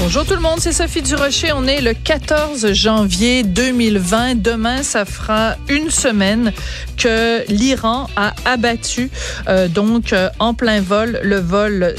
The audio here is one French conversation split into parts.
Bonjour tout le monde, c'est Sophie Durocher. On est le 14 janvier 2020. Demain, ça fera une semaine que l'Iran a abattu, en plein vol, le vol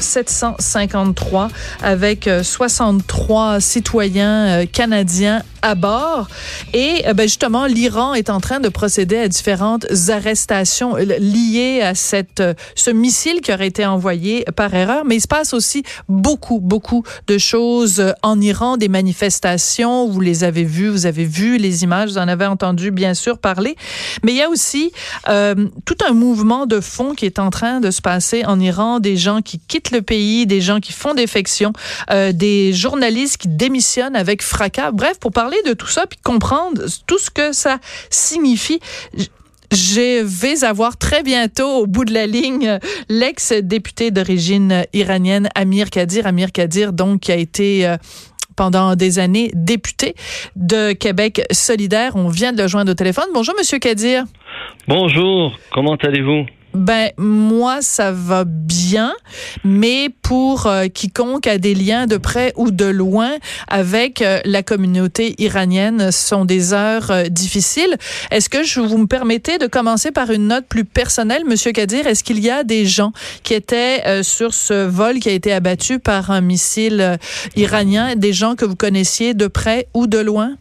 753 avec 63 citoyens canadiens à bord. Et justement, l'Iran est en train de procéder à différentes arrestations liées à ce missile qui aurait été envoyé par erreur. Mais il se passe aussi beaucoup de choses en Iran, des manifestations. Vous les avez vues, vous avez vu les images, vous en avez entendu bien sûr parler. Mais il y a aussi tout un mouvement de fond qui est en train de se passer en Iran, des gens qui quittent le pays, des gens qui font défection, des journalistes qui démissionnent avec fracas. Bref, pour parler de tout ça puis comprendre tout ce que ça signifie, je vais avoir très bientôt au bout de la ligne l'ex-député d'origine iranienne Amir Kadir. Amir Kadir, donc, qui a été pendant des années député de Québec solidaire. On vient de le joindre au téléphone. Bonjour, Monsieur Kadir. Bonjour, comment allez-vous? Moi, ça va bien, mais pour quiconque a des liens de près ou de loin avec la communauté iranienne, ce sont des heures difficiles. Est-ce que vous me permettez de commencer par une note plus personnelle, Monsieur Kadir? Est-ce qu'il y a des gens qui étaient sur ce vol qui a été abattu par un missile iranien, des gens que vous connaissiez de près ou de loin?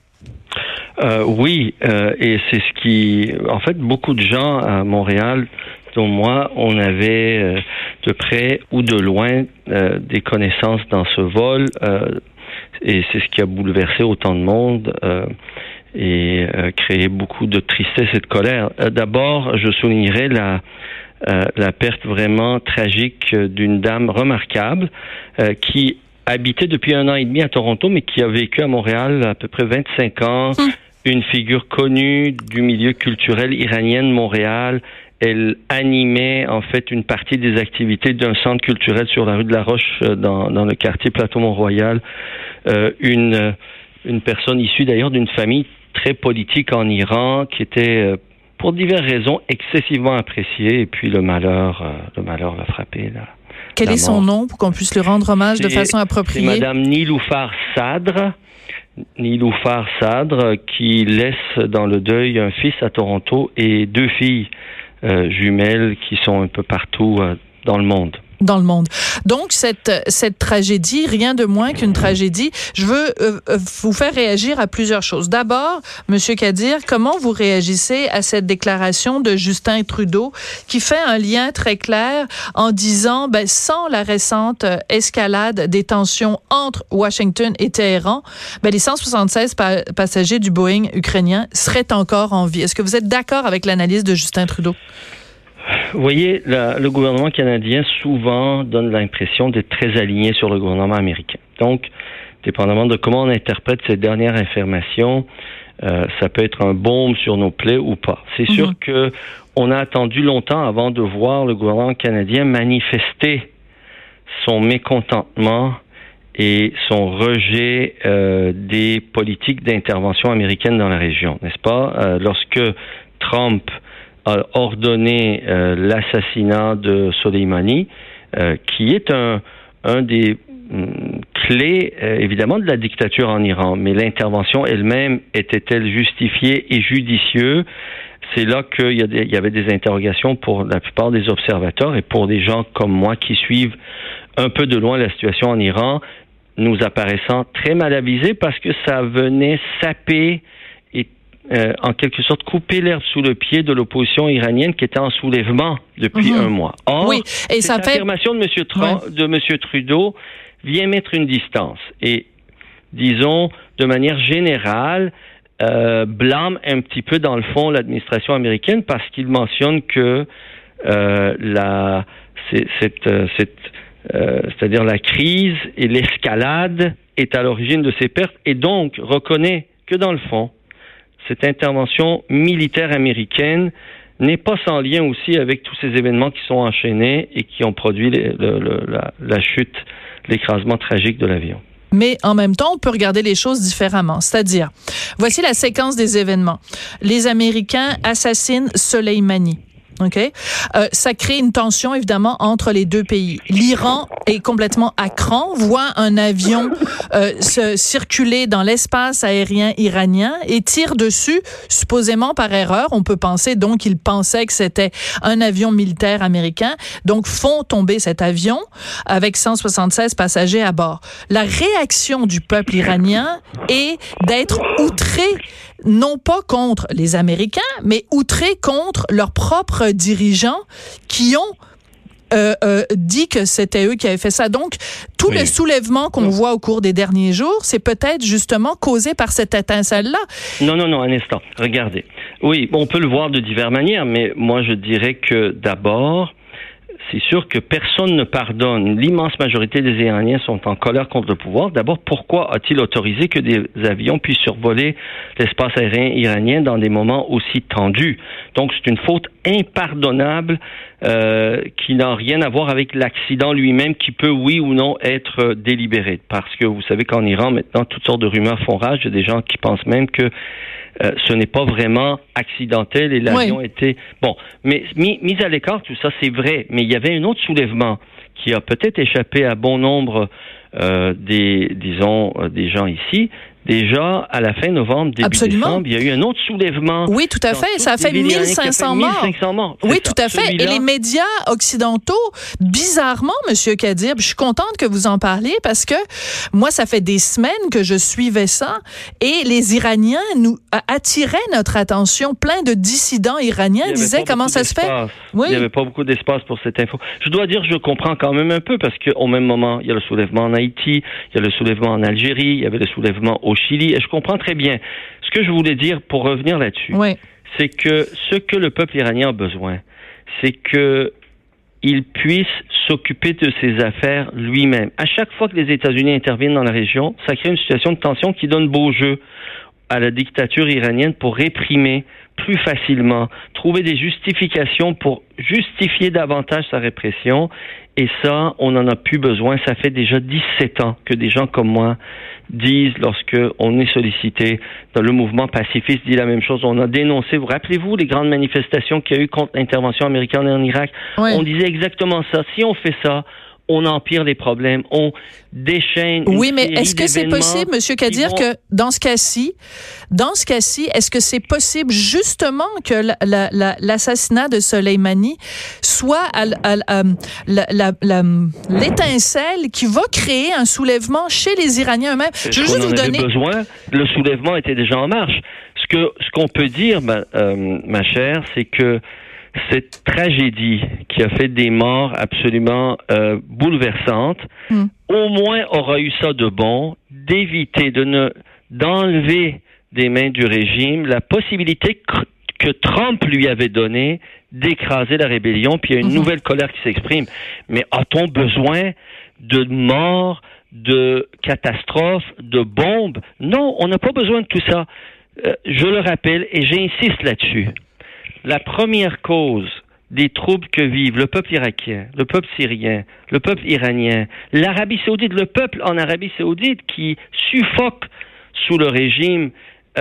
Oui, et c'est ce qui... En fait, beaucoup de gens à Montréal, dont moi, on avait de près ou de loin des connaissances dans ce vol, et c'est ce qui a bouleversé autant de monde et créé beaucoup de tristesse et de colère. D'abord, je soulignerai la perte vraiment tragique d'une dame remarquable qui habitait depuis 1 an et demi à Toronto, mais qui a vécu à Montréal à peu près 25 ans, une figure connue du milieu culturel iranien de Montréal. Elle animait en fait une partie des activités d'un centre culturel sur la rue de la Roche dans le quartier Plateau-Mont-Royal. Une personne issue d'ailleurs d'une famille très politique en Iran qui était pour diverses raisons excessivement appréciée, et puis le malheur l'a frappée là. Quel est son nom pour qu'on puisse lui rendre hommage de façon appropriée? C'est Madame Niloufar Sadr, qui laisse dans le deuil un fils à Toronto et 2 filles jumelles qui sont un peu partout dans le monde. Dans le monde. Donc, cette tragédie, rien de moins qu'une tragédie. Je veux vous faire réagir à plusieurs choses. D'abord, Monsieur Kadir, comment vous réagissez à cette déclaration de Justin Trudeau qui fait un lien très clair en disant, sans la récente escalade des tensions entre Washington et Téhéran, les 176 passagers du Boeing ukrainien seraient encore en vie. Est-ce que vous êtes d'accord avec l'analyse de Justin Trudeau? Vous voyez, le gouvernement canadien souvent donne l'impression d'être très aligné sur le gouvernement américain. Donc, dépendamment de comment on interprète ces dernières informations, ça peut être un baume sur nos plaies ou pas. C'est sûr que on a attendu longtemps avant de voir le gouvernement canadien manifester son mécontentement et son rejet des politiques d'intervention américaine dans la région, n'est-ce pas? Lorsque Trump a ordonné l'assassinat de Soleimani, qui est un des clés, évidemment, de la dictature en Iran. Mais l'intervention elle-même était-elle justifiée et judicieuse? C'est là qu'il y avait des interrogations pour la plupart des observateurs et pour des gens comme moi qui suivent un peu de loin la situation en Iran, nous apparaissant très mal avisés parce que ça venait saper en quelque sorte couper l'herbe sous le pied de l'opposition iranienne qui était en soulèvement depuis 1 mois. Or, et cette affirmation de Monsieur Trudeau vient mettre une distance et, disons, de manière générale, blâme un petit peu dans le fond l'administration américaine parce qu'il mentionne que c'est-à-dire la crise et l'escalade est à l'origine de ces pertes et donc reconnaît que dans le fond, cette intervention militaire américaine n'est pas sans lien aussi avec tous ces événements qui sont enchaînés et qui ont produit la chute, l'écrasement tragique de l'avion. Mais en même temps, on peut regarder les choses différemment. C'est-à-dire, voici la séquence des événements. Les Américains assassinent Soleimani. OK? Ça crée une tension, évidemment, entre les deux pays. L'Iran est complètement à cran, voit un avion se circuler dans l'espace aérien iranien et tire dessus, supposément par erreur. On peut penser, donc, qu'ils pensaient que c'était un avion militaire américain. Donc, font tomber cet avion avec 176 passagers à bord. La réaction du peuple iranien est d'être outré, non pas contre les Américains, mais outré contre leurs propres dirigeants qui ont dit que c'était eux qui avaient fait ça. Donc, tout le soulèvement qu'on voit au cours des derniers jours, c'est peut-être justement causé par cette étincelle-là. Non, un instant. Regardez. Oui, on peut le voir de diverses manières, mais moi, je dirais que d'abord, c'est sûr que personne ne pardonne. L'immense majorité des Iraniens sont en colère contre le pouvoir. D'abord, pourquoi a-t-il autorisé que des avions puissent survoler l'espace aérien iranien dans des moments aussi tendus? Donc, c'est une faute impardonnable qui n'a rien à voir avec l'accident lui-même, qui peut, oui ou non, être délibéré. Parce que vous savez qu'en Iran, maintenant, toutes sortes de rumeurs font rage. Il y a des gens qui pensent même que ce n'est pas vraiment accidentel et l'avion était... Bon, mais mis à l'écart, tout ça, c'est vrai. Mais il y avait un autre soulèvement qui a peut-être échappé à bon nombre des gens ici. Déjà, à la fin novembre, début décembre, il y a eu un autre soulèvement. Oui, tout à fait. Ça a fait 1500 morts. Oui, tout à fait. Et les médias occidentaux, bizarrement, Monsieur Kadir, je suis contente que vous en parliez parce que moi, ça fait des semaines que je suivais ça et les Iraniens nous attiraient notre attention. Plein de dissidents iraniens disaient comment ça se fait. Oui. Il n'y avait pas beaucoup d'espace pour cette info. Je dois dire, je comprends quand même un peu parce qu'au même moment, il y a le soulèvement en Haïti, il y a le soulèvement en Algérie, il y avait le soulèvement au Chili, et je comprends très bien. Ce que je voulais dire, pour revenir là-dessus, c'est que ce que le peuple iranien a besoin, c'est qu'il puisse s'occuper de ses affaires lui-même. À chaque fois que les États-Unis interviennent dans la région, ça crée une situation de tension qui donne beau jeu à la dictature iranienne pour réprimer plus facilement, trouver des justifications pour justifier davantage sa répression. Et ça, on n'en a plus besoin. Ça fait déjà 17 ans que des gens comme moi disent, lorsque on est sollicité, dans le mouvement pacifiste dit la même chose. On a dénoncé, vous rappelez-vous les grandes manifestations qu'il y a eu contre l'intervention américaine en Irak? On disait exactement ça. Si on fait ça, on empire les problèmes, on déchaîne. Oui, mais est-ce que c'est possible, Monsieur Kadir, que dans ce cas-ci, est-ce que c'est possible justement que l'assassinat de Soleimani soit l'étincelle qui va créer un soulèvement chez les Iraniens eux-mêmes? Je veux juste vous donner besoin. Le soulèvement était déjà en marche. Ce qu'on peut dire, ma chère, c'est que cette tragédie qui a fait des morts absolument bouleversantes, au moins aura eu ça de bon, d'éviter d'enlever des mains du régime la possibilité que Trump lui avait donnée d'écraser la rébellion, puis il y a une nouvelle colère qui s'exprime. Mais a-t-on besoin de morts, de catastrophes, de bombes? Non, on n'a pas besoin de tout ça. Je le rappelle et j'insiste là-dessus. La première cause des troubles que vivent le peuple irakien, le peuple syrien, le peuple iranien, l'Arabie saoudite, le peuple en Arabie saoudite qui suffoque sous le régime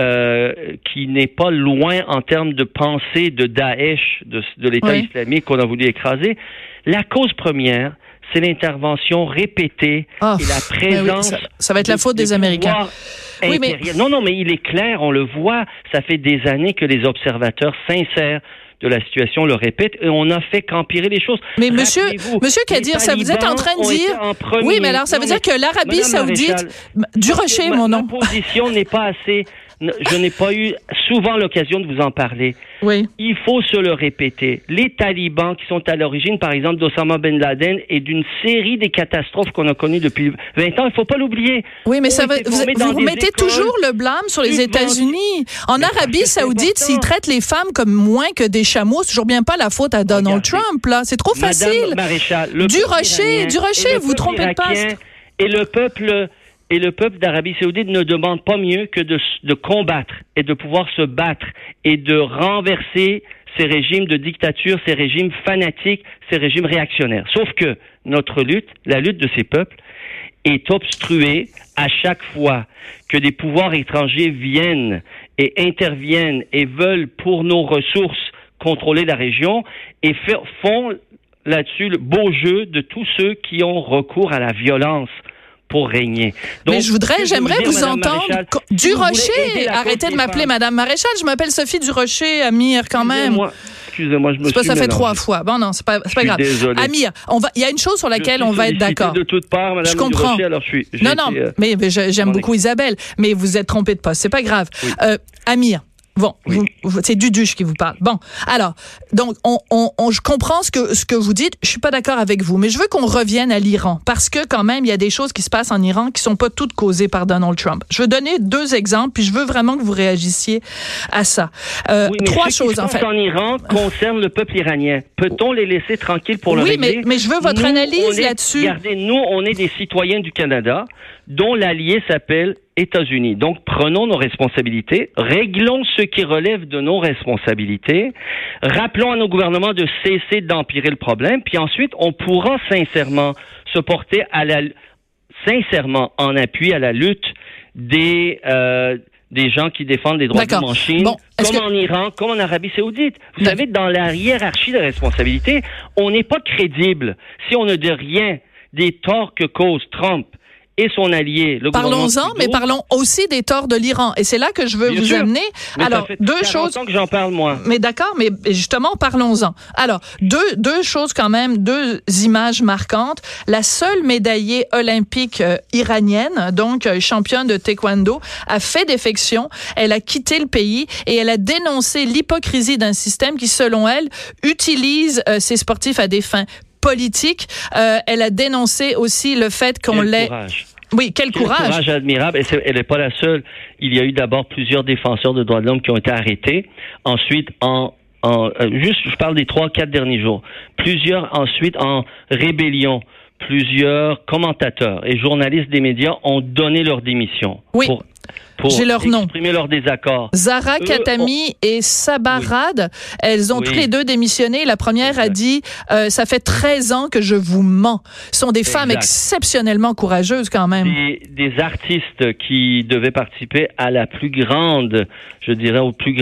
qui n'est pas loin en termes de pensée de Daesh, de l'État islamique qu'on a voulu écraser. La cause première, c'est l'intervention répétée et la présence... Ça va être la faute des Américains. Oui, mais... Non, mais il est clair, on le voit, ça fait des années que les observateurs sincères de la situation le répètent et on a fait qu'empirer les choses. Mais monsieur Kadir, ça vous êtes en train de dire... Oui, mais alors ça veut dire que l'Arabie saoudite... Durocher, mon nom. Ma position n'est pas assez... Je n'ai pas eu souvent l'occasion de vous en parler. Oui. Il faut se le répéter. Les talibans qui sont à l'origine, par exemple, d'Osama Ben Laden et d'une série des catastrophes qu'on a connues depuis 20 ans, il ne faut pas l'oublier. Oui, mais vous remettez toujours le blâme sur les États-Unis. En Arabie saoudite, s'ils traitent les femmes comme moins que des chameaux, c'est toujours bien pas la faute à Donald Trump, là. C'est trop facile. Maréchal, Durocher, vous trompez pas. Et le peuple d'Arabie saoudite ne demande pas mieux que de combattre et de pouvoir se battre et de renverser ces régimes de dictature, ces régimes fanatiques, ces régimes réactionnaires. Sauf que notre lutte, la lutte de ces peuples, est obstruée à chaque fois que des pouvoirs étrangers viennent et interviennent et veulent pour nos ressources contrôler la région et font là-dessus le beau jeu de tous ceux qui ont recours à la violence pour régner. Donc, mais j'aimerais vous entendre. Durocher, arrêtez de m'appeler Madame Maréchal. Je m'appelle Sophie Durocher, Amir, quand même. Excusez-moi, je me suis ça fait 3 fois. Bon, non, c'est pas grave. Désolé. Amir, il y a une chose sur laquelle on va être d'accord. De toutes parts, Madame je comprends. Durocher, alors mais j'aime beaucoup Isabelle, mais vous êtes trompé de poste. C'est pas grave. Oui. Amir. Bon, oui. C'est Duduche qui vous parle. Bon, alors, donc, je comprends ce que vous dites. Je suis pas d'accord avec vous, mais je veux qu'on revienne à l'Iran parce que quand même, il y a des choses qui se passent en Iran qui sont pas toutes causées par Donald Trump. Je veux donner 2 exemples, puis je veux vraiment que vous réagissiez à ça. 3 choses en fait. Ce qui se passe en Iran concerne le peuple iranien. Peut-on les laisser tranquilles pour le régler? Oui, mais je veux votre analyse là-dessus. Regardez, nous, on est des citoyens du Canada, dont l'allié s'appelle États-Unis. Donc, prenons nos responsabilités, réglons ce qui relève de nos responsabilités, rappelons à nos gouvernements de cesser d'empirer le problème, puis ensuite, on pourra sincèrement se porter sincèrement en appui à la lutte des gens qui défendent les droits de l'homme en Chine, en Iran, comme en Arabie Saoudite. Vous savez, dans la hiérarchie de responsabilité, on n'est pas crédible si on ne dit rien des torts que cause Trump et son allié, le gouvernement Trudeau. Parlons-en, mais parlons aussi des torts de l'Iran. Et c'est là que je veux vous amener. Mais alors, ça fait 2 choses. Que j'en parle, moi. Mais d'accord, mais justement, parlons-en. Alors, deux choses quand même, 2 images marquantes. La seule médaillée olympique iranienne, donc championne de taekwondo, a fait défection. Elle a quitté le pays et elle a dénoncé l'hypocrisie d'un système qui, selon elle, utilise ses sportifs à des fins politique. Elle a dénoncé aussi le fait qu'on l'ait... Oui, quel courage. Courage admirable. Et elle n'est pas la seule. Il y a eu d'abord plusieurs défenseurs de droits de l'homme qui ont été arrêtés. Ensuite, je parle des 3-4 derniers jours. Plusieurs ensuite en rébellion. Plusieurs commentateurs et journalistes des médias ont donné leur démission. Oui. Pour j'ai leur nom. Exprimer leur désaccord. Zahra Khatami et Sabarad, elles ont toutes les 2 démissionné. La première a dit ça fait 13 ans que je vous mens. Ce sont des femmes exceptionnellement courageuses quand même. Des artistes qui devaient participer à la plus grande, je dirais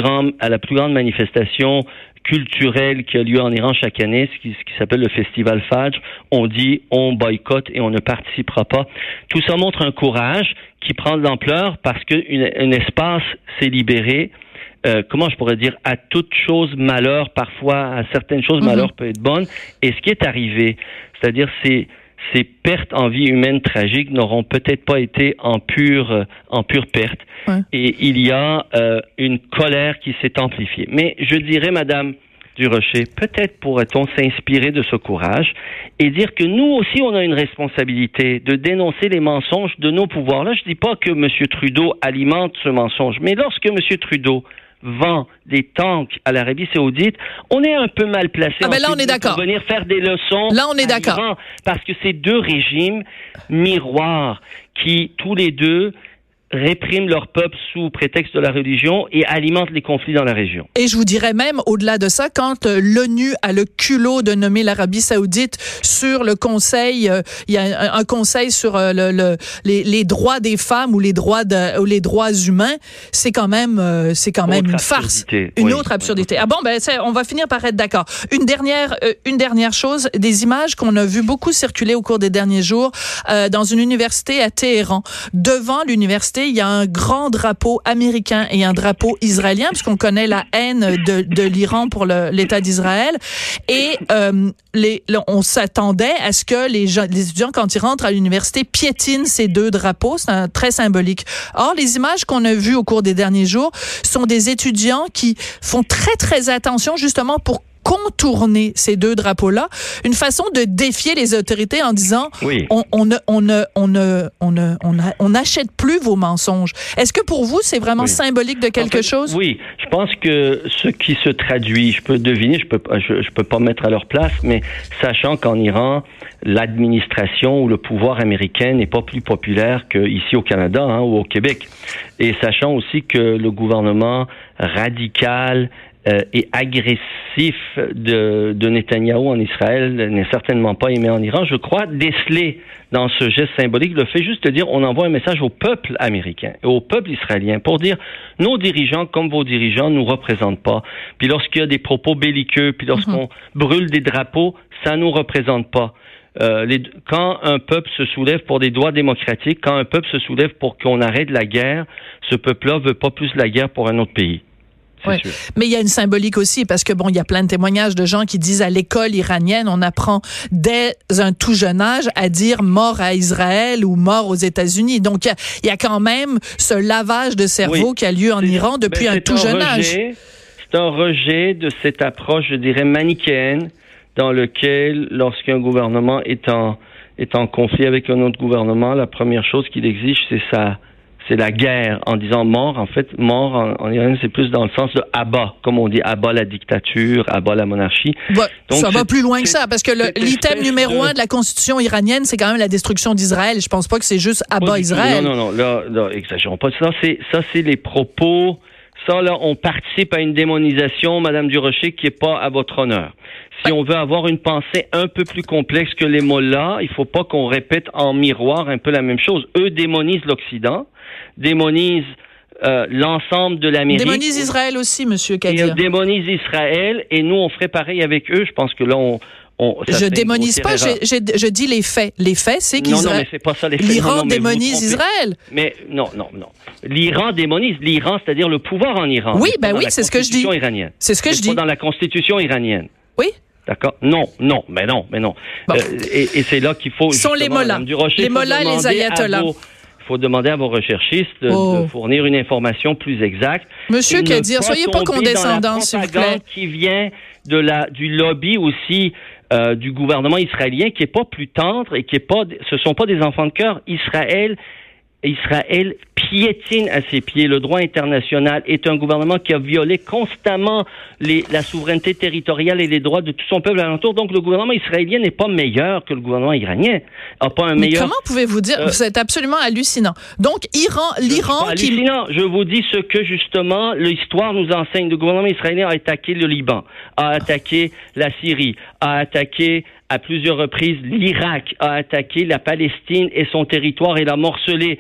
à la plus grande manifestation culturelle qui a lieu en Iran chaque année, ce qui s'appelle le Festival Fajr. On dit, on boycotte et on ne participera pas. Tout ça montre un courage qui prend de l'ampleur parce qu'un espace s'est libéré. Comment je pourrais dire, à toute chose malheur, parfois à certaines choses malheur peut être bonne. Et ce qui est arrivé, c'est-à-dire ces pertes en vie humaine tragiques n'auront peut-être pas été en pure perte. Ouais. Et il y a une colère qui s'est amplifiée. Mais je dirais, Madame Durocher, peut-être pourrait-on s'inspirer de ce courage et dire que nous aussi, on a une responsabilité de dénoncer les mensonges de nos pouvoirs. Là, je dis pas que M. Trudeau alimente ce mensonge, mais lorsque M. Trudeau vend des tanks à l'Arabie Saoudite, on est un peu mal placé là, on est d'accord. Pour venir faire des leçons là, on est d'accord. Iran, parce que c'est 2 régimes miroirs qui, tous les 2, répriment leur peuple sous prétexte de la religion et alimentent les conflits dans la région. Et je vous dirais même, au-delà de ça, quand l'ONU a le culot de nommer l'Arabie Saoudite sur le conseil, il y a un conseil sur les droits des femmes ou les droits humains, c'est quand même une farce, une autre absurdité. Ah bon, on va finir par être d'accord. Une dernière chose, des images qu'on a vues beaucoup circuler au cours des derniers jours dans une université à Téhéran. Devant l'université, il y a un grand drapeau américain et un drapeau israélien, puisqu'on connaît la haine de l'Iran pour l'État d'Israël. Et on s'attendait à ce que les étudiants, quand ils rentrent à l'université, piétinent ces 2 drapeaux. C'est très symbolique. Or, les images qu'on a vues au cours des derniers jours sont des étudiants qui font très, très attention justement pour contourner ces 2 drapeaux-là, une façon de défier les autorités en disant on n'achète plus vos mensonges. Est-ce que pour vous c'est vraiment symbolique de quelque chose? Oui, je pense que ce qui se traduit, je peux deviner, je peux pas mettre à leur place, mais sachant qu'en Iran, l'administration ou le pouvoir américain n'est pas plus populaire qu'ici au Canada ou au Québec, et sachant aussi que le gouvernement radical et agressif de Netanyahou en Israël n'est certainement pas aimé en Iran. Je crois déceler dans ce geste symbolique le fait juste de dire on envoie un message au peuple américain et au peuple israélien pour dire nos dirigeants comme vos dirigeants nous représentent pas. Puis lorsqu'il y a des propos belliqueux, puis lorsqu'on brûle des drapeaux, ça nous représente pas. Quand un peuple se soulève pour des droits démocratiques, quand un peuple se soulève pour qu'on arrête la guerre, ce peuple-là veut pas plus la guerre pour un autre pays. Ouais. Mais il y a une symbolique aussi, parce que bon, il y a plein de témoignages de gens qui disent à l'école iranienne, on apprend dès un tout jeune âge à dire mort à Israël ou mort aux États-Unis. Donc il y a quand même ce lavage de cerveau qui a lieu en Iran depuis un tout jeune âge. C'est un rejet de cette approche, je dirais, manichéenne, dans lequel, lorsqu'un gouvernement est en conflit avec un autre gouvernement, la première chose qu'il exige, c'est la guerre, en disant mort. En fait, mort en Iran, c'est plus dans le sens de abat, comme on dit, abat la dictature, abat la monarchie. Ouais, donc ça va plus loin que ça, parce que l'item numéro 1 de la constitution iranienne, c'est quand même la destruction d'Israël. Je pense pas que c'est juste abat Israël. Non, là, exagérons pas. Ça, c'est les propos. Ça, là, on participe à une démonisation, Madame Durocher, qui est pas à votre honneur. Si on veut avoir une pensée un peu plus complexe que les mollahs, il faut pas qu'on répète en miroir un peu la même chose. Eux démonisent l'Occident, démonisent l'ensemble de l'Amérique. Démonisent Israël aussi, Monsieur Kadir. Ils démonisent Israël, et nous, on ferait pareil avec eux. Je pense que là, je démonise pas, je dis les faits. Les faits, c'est qu'Israël... Non, mais c'est pas ça les faits. L'Iran démonise Israël. Mais non. L'Iran démonise l'Iran, c'est-à-dire le pouvoir en Iran. Oui, c'est ce que je dis. Iranienne. C'est ce que je dis. Pas dans la constitution iranienne. Oui. D'accord? Non. Bon. Et c'est là qu'il faut... Ce sont les mollahs. Les mollahs et les ayatollahs. Il faut demander à vos recherchistes de fournir une information plus exacte. Monsieur Kadir, soyez pas condescendant, s'il vous plaît. Qui vient du lobby aussi du gouvernement israélien, qui est pas plus tendre et ce sont pas des enfants de cœur. Israël piétine à ses pieds le droit international, est un gouvernement qui a violé constamment la souveraineté territoriale et les droits de tout son peuple alentour. Donc le gouvernement israélien n'est pas meilleur que le gouvernement iranien. Mais comment pouvez-vous dire? Vous êtes absolument hallucinant. Donc l'Iran qui... Hallucinant. Je vous dis ce que justement l'histoire nous enseigne. Le gouvernement israélien a attaqué le Liban, a attaqué la Syrie, a attaqué à plusieurs reprises l'Irak, a attaqué la Palestine et son territoire et l'a morcelé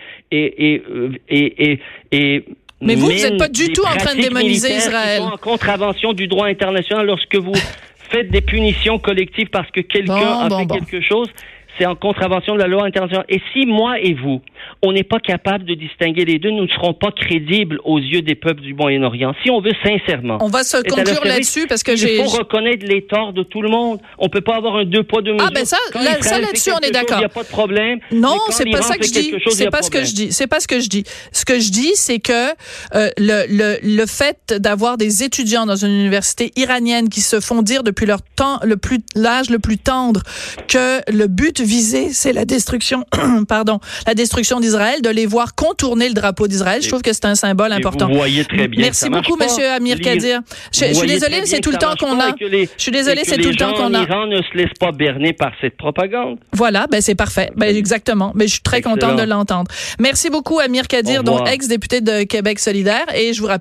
mais vous n'êtes pas du tout en train de démoniser Israël. En contravention du droit international lorsque vous faites des punitions collectives parce que quelqu'un a fait quelque chose. C'est en contravention de la loi internationale. Et si moi et vous, on n'est pas capable de distinguer les deux, nous ne serons pas crédibles aux yeux des peuples du Moyen-Orient. Si on veut sincèrement... On va se conclure là-dessus parce que il faut reconnaître les torts de tout le monde. On peut pas avoir un deux poids, deux mesures. Ah ben ça là-dessus, on est d'accord. Il n'y a pas de problème. Non, c'est pas ça que je dis. C'est pas ce que je dis. C'est pas ce que je dis. Ce que je dis, c'est que le fait d'avoir des étudiants dans une université iranienne qui se font dire depuis l'âge le plus tendre que le but visé, c'est la destruction, la destruction d'Israël, de les voir contourner le drapeau d'Israël. Je trouve que c'est un symbole important. Vous voyez très bien. Merci beaucoup, Monsieur Amir Kadir. Je suis désolée, c'est tout le temps qu'on a. Je suis désolée, c'est tout le temps qu'on a. Les gens en Iran ne se laissent pas berner par cette propagande. Voilà, c'est parfait. Exactement. Mais je suis très contente de l'entendre. Merci beaucoup, Amir Kadir, donc ex-député de Québec solidaire. Et je vous rappelle